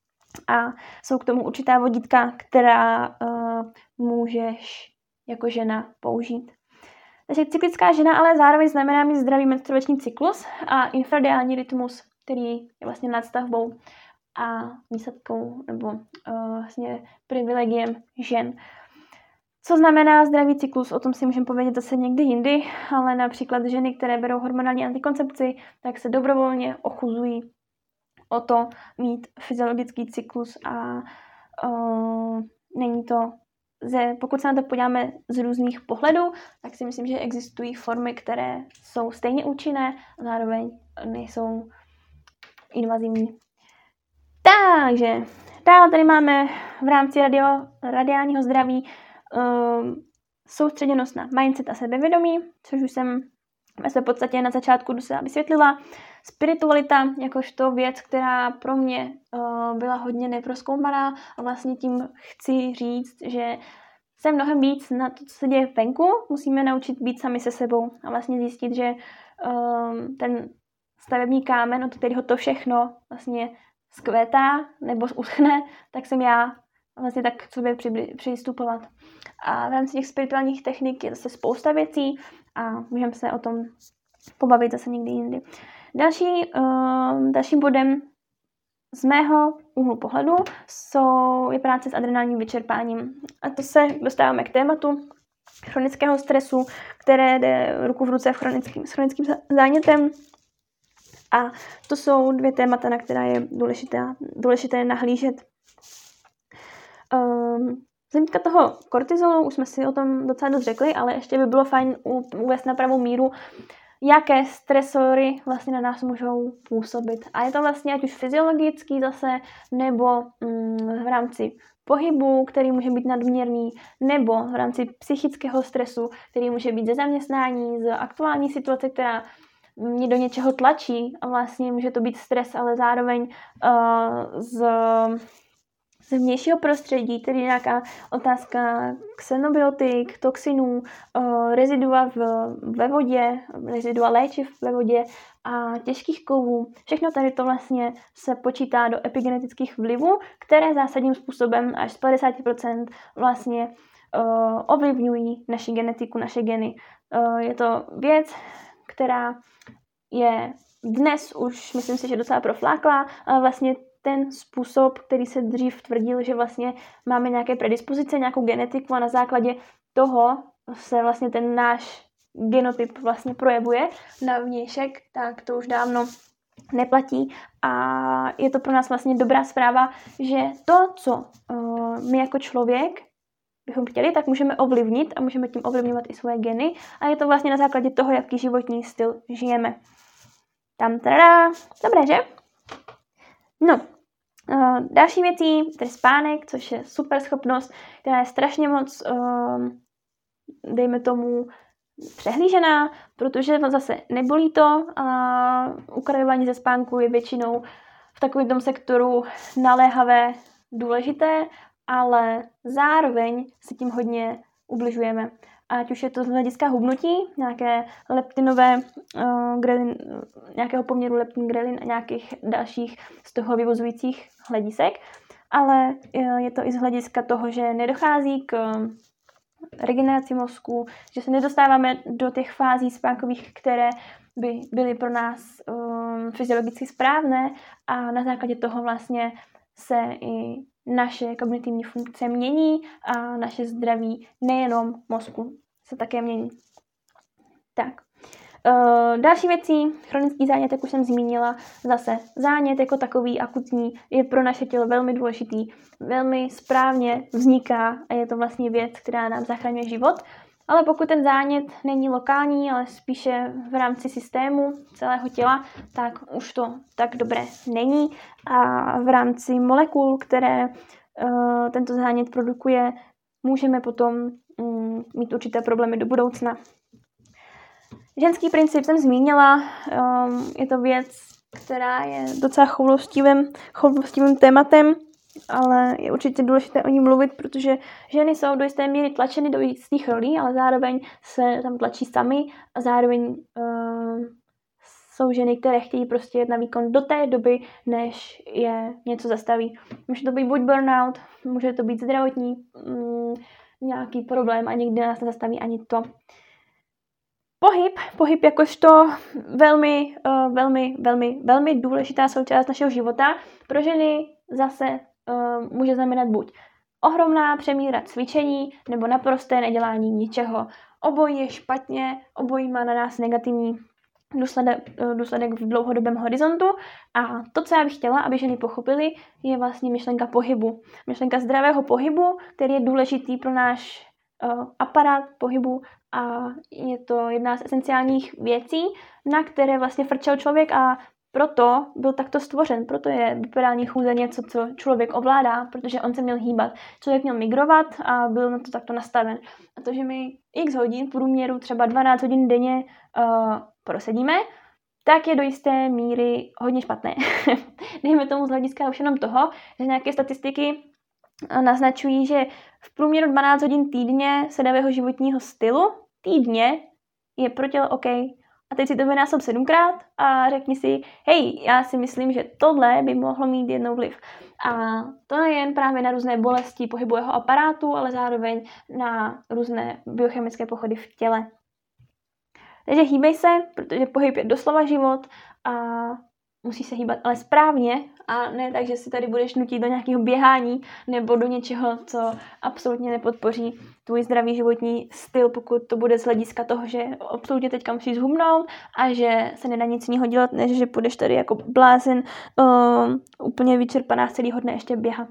A jsou k tomu určitá vodítka, která uh, můžeš jako žena použít. Takže cyklická žena ale zároveň znamená mít zdravý menstruační cyklus a infradiální rytmus, který je vlastně nadstavbou a výsadkou nebo uh, vlastně privilegiem žen. Co znamená zdravý cyklus, o tom si můžeme povědět zase někdy jindy, ale například ženy, které berou hormonální antikoncepci, tak se dobrovolně ochuzují o to mít fyziologický cyklus a uh, není to, ze, pokud se na to podíváme z různých pohledů, tak si myslím, že existují formy, které jsou stejně účinné a zároveň nejsou invazivní. Takže dále tady máme v rámci radio, radiálního zdraví uh, soustředěnost na mindset a sebevědomí, což už jsem ve své podstatě na začátku se vysvětlila. Spiritualita jakožto věc, která pro mě uh, byla hodně neprozkoumaná a vlastně tím chci říct, že se mnohem víc na to, co se děje venku, musíme naučit být sami se sebou a vlastně zjistit, že uh, ten stavební kámen, od kterého to všechno vlastně zkvétá nebo uschne, tak jsem já vlastně tak k sobě přistupovat. A v rámci těch spirituálních technik je zase spousta věcí a můžeme se o tom pobavit zase někdy jindy. Další, uh, dalším bodem z mého úhlu pohledu jsou, je práce s adrenálním vyčerpáním. A to se dostáváme k tématu chronického stresu, které jde ruku v ruce v chronickým, s chronickým zánětem. A to jsou dvě témata, na která je důležité, důležité nahlížet. Um, Z hlediska toho kortizolu už jsme si o tom docela dost řekli, ale ještě by bylo fajn uvést na pravou míru, jaké stresory vlastně na nás můžou působit. A je to vlastně ať už fyziologický zase, nebo mm, v rámci pohybu, který může být nadměrný, nebo v rámci psychického stresu, který může být ze zaměstnání, z aktuální situace, která mě do něčeho tlačí a vlastně může to být stres, ale zároveň uh, z... z vnějšího prostředí, tedy nějaká otázka xenobiotik, toxinů, rezidua v, ve vodě, rezidua léčiv ve vodě a těžkých kovů. Všechno tady to vlastně se počítá do epigenetických vlivů, které zásadním způsobem až z padesát procent vlastně uh, ovlivňují naši genetiku, naše geny. Uh, je to věc, která je dnes už, myslím si, že docela profláklá, ale vlastně ten způsob, který se dřív tvrdil, že vlastně máme nějaké predispozice, nějakou genetiku a na základě toho se vlastně ten náš genotyp vlastně projevuje na vnějšek, tak to už dávno neplatí a je to pro nás vlastně dobrá zpráva, že to, co uh, my jako člověk bychom chtěli, tak můžeme ovlivnit a můžeme tím ovlivňovat i svoje geny a je to vlastně na základě toho, jaký životní styl žijeme. Tam tada, dobré, že? No, uh, další věcí, tedy spánek, což je super schopnost, která je strašně moc, uh, dejme tomu, přehlížená, protože zase nebolí to a ukrajování ze spánku je většinou v takovém tom sektoru naléhavé, důležité, ale zároveň si tím hodně ubližujeme. ať už je to z hlediska hubnutí, nějaké leptinové, uh, grelin, nějakého poměru leptin, grelin a nějakých dalších z toho vyvozujících hledisek, ale je to i z hlediska toho, že nedochází k regeneraci mozku, že se nedostáváme do těch fází spánkových, které by byly pro nás um, fyziologicky správné a na základě toho vlastně se i naše kognitivní funkce mění a naše zdraví nejenom mozku se také mění. Tak. Uh, další věcí, chronický zánět, jak už jsem zmínila, zase zánět jako takový akutní je pro naše tělo velmi důležitý, velmi správně vzniká a je to vlastně věc, která nám zachraňuje život, ale pokud ten zánět není lokální, ale spíše v rámci systému celého těla, tak už to tak dobré není a v rámci molekul, které uh, tento zánět produkuje, můžeme potom um, mít určité problémy do budoucna. Ženský princip jsem zmínila, um, je to věc, která je docela choulostivým, choulostivým tématem, ale je určitě důležité o ní mluvit, protože ženy jsou do jisté míry tlačeny do jistých rolí, ale zároveň se tam tlačí sami a zároveň um, jsou ženy, které chtějí prostě jet na výkon do té doby, než je něco zastaví. Může to být buď burnout, může to být zdravotní um, nějaký problém a nikdy nás nezastaví ani to. Pohyb, pohyb jakožto velmi, uh, velmi, velmi, velmi důležitá součást našeho života. Pro ženy zase uh, může znamenat buď ohromná přemíra cvičení, nebo naprosté nedělání ničeho. Obojí je špatně, obojí má na nás negativní důsledek, uh, důsledek v dlouhodobém horizontu. A to, co já bych chtěla, aby ženy pochopily, je vlastně myšlenka pohybu. Myšlenka zdravého pohybu, který je důležitý pro náš uh, aparát pohybu, a je to jedna z esenciálních věcí, na které vlastně frčel člověk a proto byl takto stvořen. Proto je bipedální chůze něco, co člověk ovládá, protože on se měl hýbat. Člověk měl migrovat a byl na to takto nastaven. A to, že my x hodin v průměru, třeba dvanáct hodin denně uh, prosedíme, tak je do jisté míry hodně špatné. Dejme tomu z hlediska už jenom toho, že nějaké statistiky naznačují, že v průměru dvanáct hodin týdně sedavého životního stylu týdně je pro tělo OK. A teď si to vynásob sedmkrát a řekni si, hej, já si myslím, že tohle by mohlo mít jednou vliv. A to nejen právě na různé bolesti pohybového aparátu, ale zároveň na různé biochemické pochody v těle. Takže hýbej se, protože pohyb je doslova život a musí se hýbat ale správně a ne tak, že si tady budeš nutit do nějakého běhání nebo do něčeho, co absolutně nepodpoří tvůj zdravý životní styl, pokud to bude z hlediska toho, že absolutně teďka musíš zhubnout a že se nedá nic jiného dělat, než že půjdeš tady jako blázen uh, úplně vyčerpaná z celého dne ještě běhat.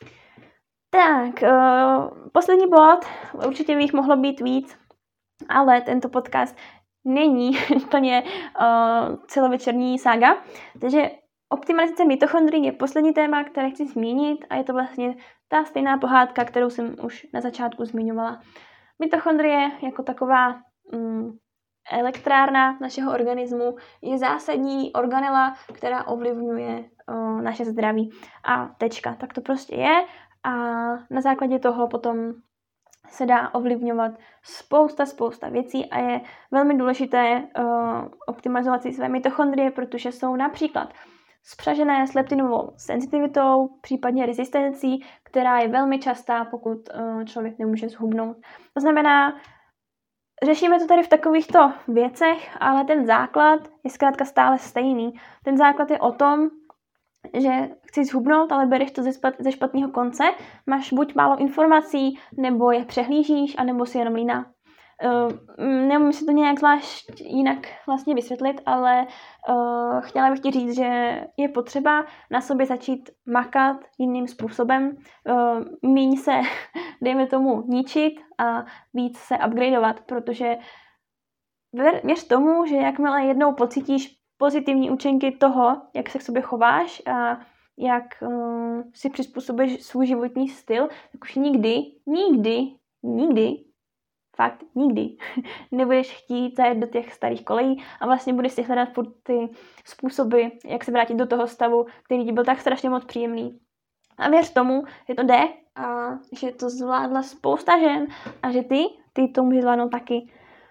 Tak, uh, poslední bod, určitě by jich mohlo být víc, ale tento podcast není úplně uh, celovečerní sága. Takže optimalizace mitochondrií je poslední téma, které chci zmínit a je to vlastně ta stejná pohádka, kterou jsem už na začátku zmiňovala. Mitochondrie jako taková um, elektrárna našeho organismu je zásadní organela, která ovlivňuje uh, naše zdraví. A tečka. Tak to prostě je a na základě toho potom se dá ovlivňovat spousta, spousta věcí a je velmi důležité uh, optimalizovat si své mitochondrie, protože jsou například spřažené s leptinovou senzitivitou, případně rezistencí, která je velmi častá, pokud uh, člověk nemůže zhubnout. To znamená, řešíme to tady v takovýchto věcech, ale ten základ je zkrátka stále stejný. Ten základ je o tom, že chci zhubnout, ale bereš to ze, spat, ze špatného konce, máš buď málo informací, nebo je přehlížíš, anebo si jenom líná. Uh, nemůžu si to nějak zvlášť jinak vlastně vysvětlit, ale uh, chtěla bych ti říct, že je potřeba na sobě začít makat jiným způsobem, uh, míň se, dejme tomu, ničit a víc se upgradeovat, protože věř, věř tomu, že jakmile jednou pocítíš pozitivní účinky toho, jak se k sobě chováš a jak uh, si přizpůsobíš svůj životní styl, tak už nikdy, nikdy, nikdy, fakt nikdy nebudeš chtít zajet do těch starých kolejí a vlastně budeš si hledat furt ty způsoby, jak se vrátit do toho stavu, který ti byl tak strašně moc příjemný. A věř tomu, že to jde a že to zvládla spousta žen a že ty ty to můžeš zvládnout taky.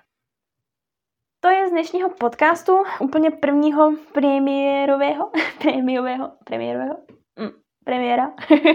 To je z dnešního podcastu, úplně prvního premiérového, premiérového, premiérového, mm, premiéra.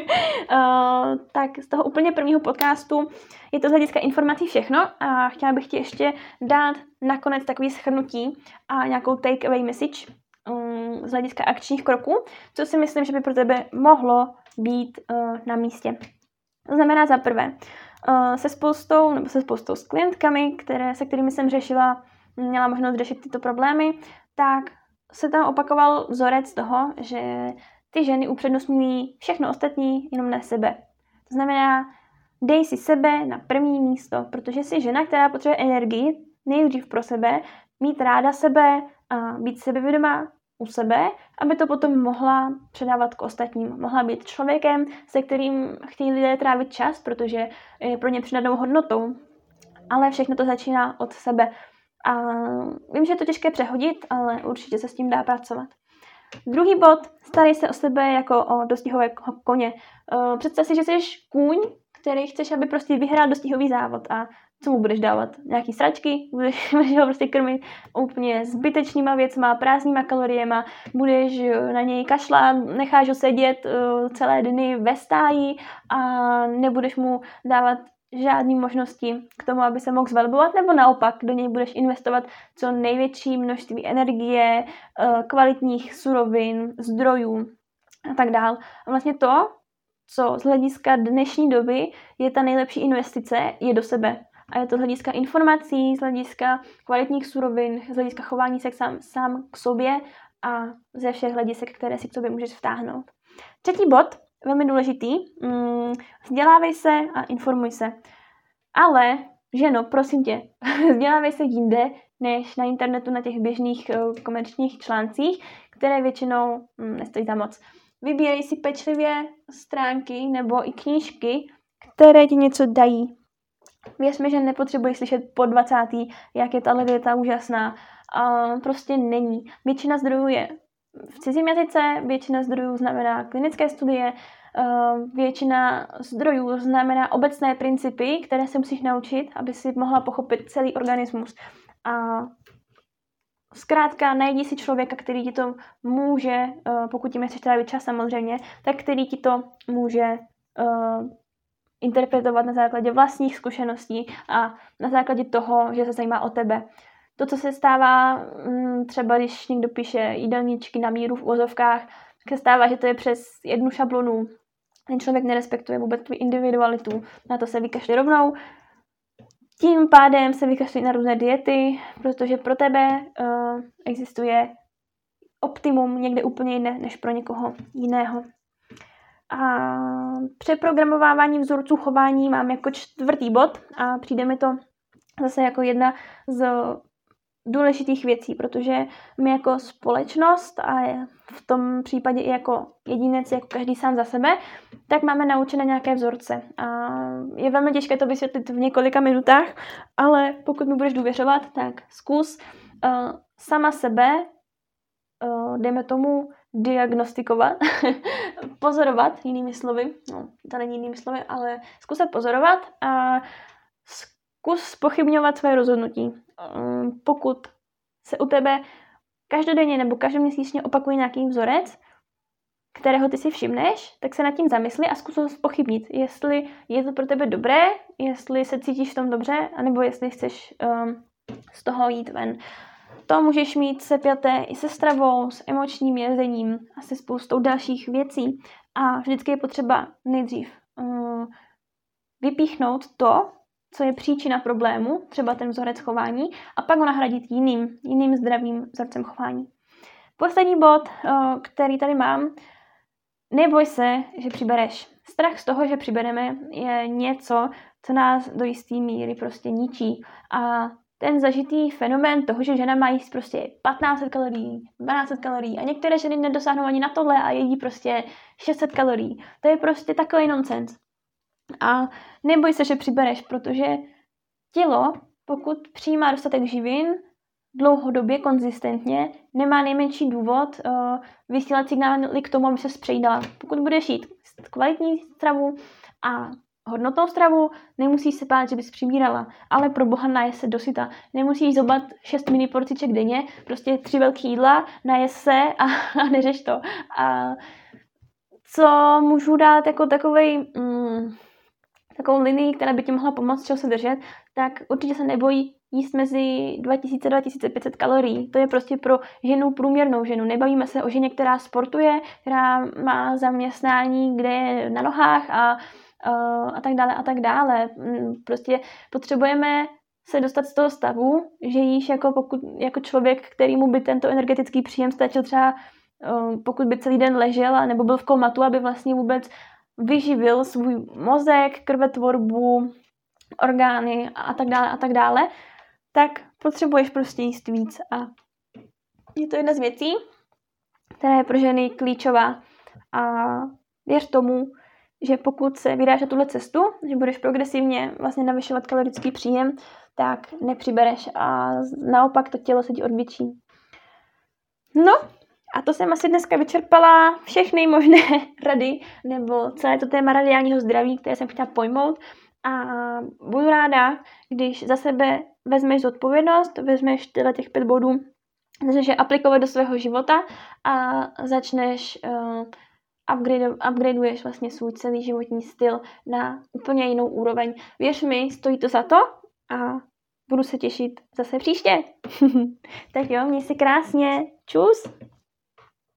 uh, tak z toho úplně prvního podcastu je to z hlediska informací všechno a chtěla bych ti ještě dát nakonec takový shrnutí a nějakou take-away message um, z hlediska akčních kroků, co si myslím, že by pro tebe mohlo být uh, na místě. To znamená za prvé, uh, se spoustou, nebo se spoustou s klientkami, které, se kterými jsem řešila, měla možnost řešit tyto problémy, tak se tam opakoval vzorec toho, že ty ženy upřednostňují všechno ostatní, jenom ne sebe. To znamená, dej si sebe na první místo, protože jsi žena, která potřebuje energii nejdřív pro sebe, mít ráda sebe a být sebevědomá u sebe, aby to potom mohla předávat k ostatním. Mohla být člověkem, se kterým chtějí lidé trávit čas, protože je pro ně přidanou hodnotou. Ale všechno to začíná od sebe. A vím, že je to těžké přehodit, ale určitě se s tím dá pracovat. Druhý bod, starej se o sebe jako o dostihového koně. Představ si, že jsi kůň, který chceš, aby prostě vyhrál dostihový závod. A co mu budeš dávat? Nějaký sračky? Budeš, budeš ho prostě krmit úplně zbytečnýma věcma, prázdnýma kaloriema, budeš na něj kašlat, necháš ho sedět celé dny ve stáji a nebudeš mu dávat žádný možnosti k tomu, aby se mohl zvelbovat, nebo naopak do něj budeš investovat co největší množství energie, kvalitních surovin, zdrojů a tak dál. A vlastně to, co z hlediska dnešní doby je ta nejlepší investice, je do sebe. A je to z hlediska informací, z hlediska kvalitních surovin, z hlediska chování se sám, sám k sobě a ze všech hledisek, které si k sobě můžeš vtáhnout. Třetí bod, velmi důležitý, mm, vzdělávej se a informuj se. Ale, ženo, prosím tě, vzdělávej se jinde, než na internetu, na těch běžných uh, komerčních článcích, které většinou mm, nestojí za moc. Vybírej si pečlivě stránky nebo i knížky, které ti něco dají. Věř mi, že nepotřebuješ slyšet po dvacátý, jak je tahle věta úžasná. Uh, prostě není. Většina zdrojů je v cizím jazyce, většina zdrojů znamená klinické studie, většina zdrojů znamená obecné principy, které se musíš naučit, aby si mohla pochopit celý organismus. A zkrátka najdi si člověka, který ti to může, pokud tím chceš trávit čas samozřejmě, tak který ti to může interpretovat na základě vlastních zkušeností a na základě toho, že se zajímá o tebe. To, co se stává, třeba když někdo píše jídelníčky na míru v uvozovkách, se stává, že to je přes jednu šablonu. Ten člověk nerespektuje vůbec tvou individualitu, na to se vykašli rovnou. Tím pádem se vykašli na různé diety, protože pro tebe uh, existuje optimum někde úplně jiné, než pro někoho jiného. A přeprogramovávání vzorců chování mám jako čtvrtý bod a přijde mi to zase jako jedna z důležitých věcí, protože my jako společnost a v tom případě i jako jedinec, jako každý sám za sebe, tak máme naučené nějaké vzorce. A je velmi těžké to vysvětlit v několika minutách, ale pokud mi budeš důvěřovat, tak zkus uh, sama sebe, uh, dejme tomu, diagnostikovat, pozorovat, jinými slovy, no, to není jinými slovy, ale zkus se pozorovat a zkus zpochybňovat své rozhodnutí. Pokud se u tebe každodenně nebo každoměsíčně opakuje nějaký vzorec, kterého ty si všimneš, tak se nad tím zamysli a zkus ho zpochybnit, jestli je to pro tebe dobré, jestli se cítíš v tom dobře, anebo jestli chceš um, z toho jít ven. To můžeš mít sepjaté i se stravou, s emočním jezením a se spoustou dalších věcí. A vždycky je potřeba nejdřív um, vypíchnout to, co je příčina problému, třeba ten vzorec chování, a pak ho nahradit jiným, jiným zdravým vzorcem chování. Poslední bod, který tady mám, neboj se, že přibereš. Strach z toho, že přibereme, je něco, co nás do jisté míry prostě ničí. A ten zažitý fenomén toho, že žena má jíst prostě patnáct set kalorií, dvanáct set kalorií a některé ženy nedosáhnou ani na tohle a jedí prostě šest set kalorií. To je prostě takový nonsens. A neboj se, že přibereš, protože tělo, pokud přijímá dostatek živin dlouhodobě, konzistentně, nemá nejmenší důvod uh, vysílat signály k tomu, aby se přejídala. Pokud budeš jít kvalitní stravu a hodnotnou stravu, nemusíš se bát, že bys přibírala, ale pro boha najes se dosyta. Nemusíš zobat šest mini porciček denně, prostě tři velký jídla, najes se a, a neřeš to. A co můžu dát jako takovej, mm, takovou linii, která by ti mohla pomoct, čeho se držet, tak určitě se neboj jíst mezi dva tisíce a dva tisíce pět set kalorií. To je prostě pro ženu, průměrnou ženu. Nebavíme se o ženě, která sportuje, která má zaměstnání, kde je na nohách a, a, a tak dále a tak dále. Prostě potřebujeme se dostat z toho stavu, že jíš jako, pokud, jako člověk, kterýmu by tento energetický příjem stačil třeba, pokud by celý den ležel nebo byl v komatu, aby vlastně vůbec vyživil svůj mozek, krvetvorbu, orgány a tak dále a tak dále, tak potřebuješ prostě jíst víc. A je to jedna z věcí, která je pro ženy klíčová. A věř tomu, že pokud se vydáš na tuhle cestu, že budeš progresivně vlastně navyšovat kalorický příjem, tak nepřibereš a naopak to tělo se ti odvětší. No, a to jsem asi dneska vyčerpala všechny možné rady, nebo celé to téma radiálního zdraví, které jsem chtěla pojmout. A budu ráda, když za sebe vezmeš zodpovědnost, vezmeš tyhle těch pět bodů, začneš je aplikovat do svého života a začneš uh, upgrade, upgradeuješ vlastně svůj celý životní styl na úplně jinou úroveň. Věř mi, stojí to za to a budu se těšit zase příště. Tak jo, měj se krásně. Čus!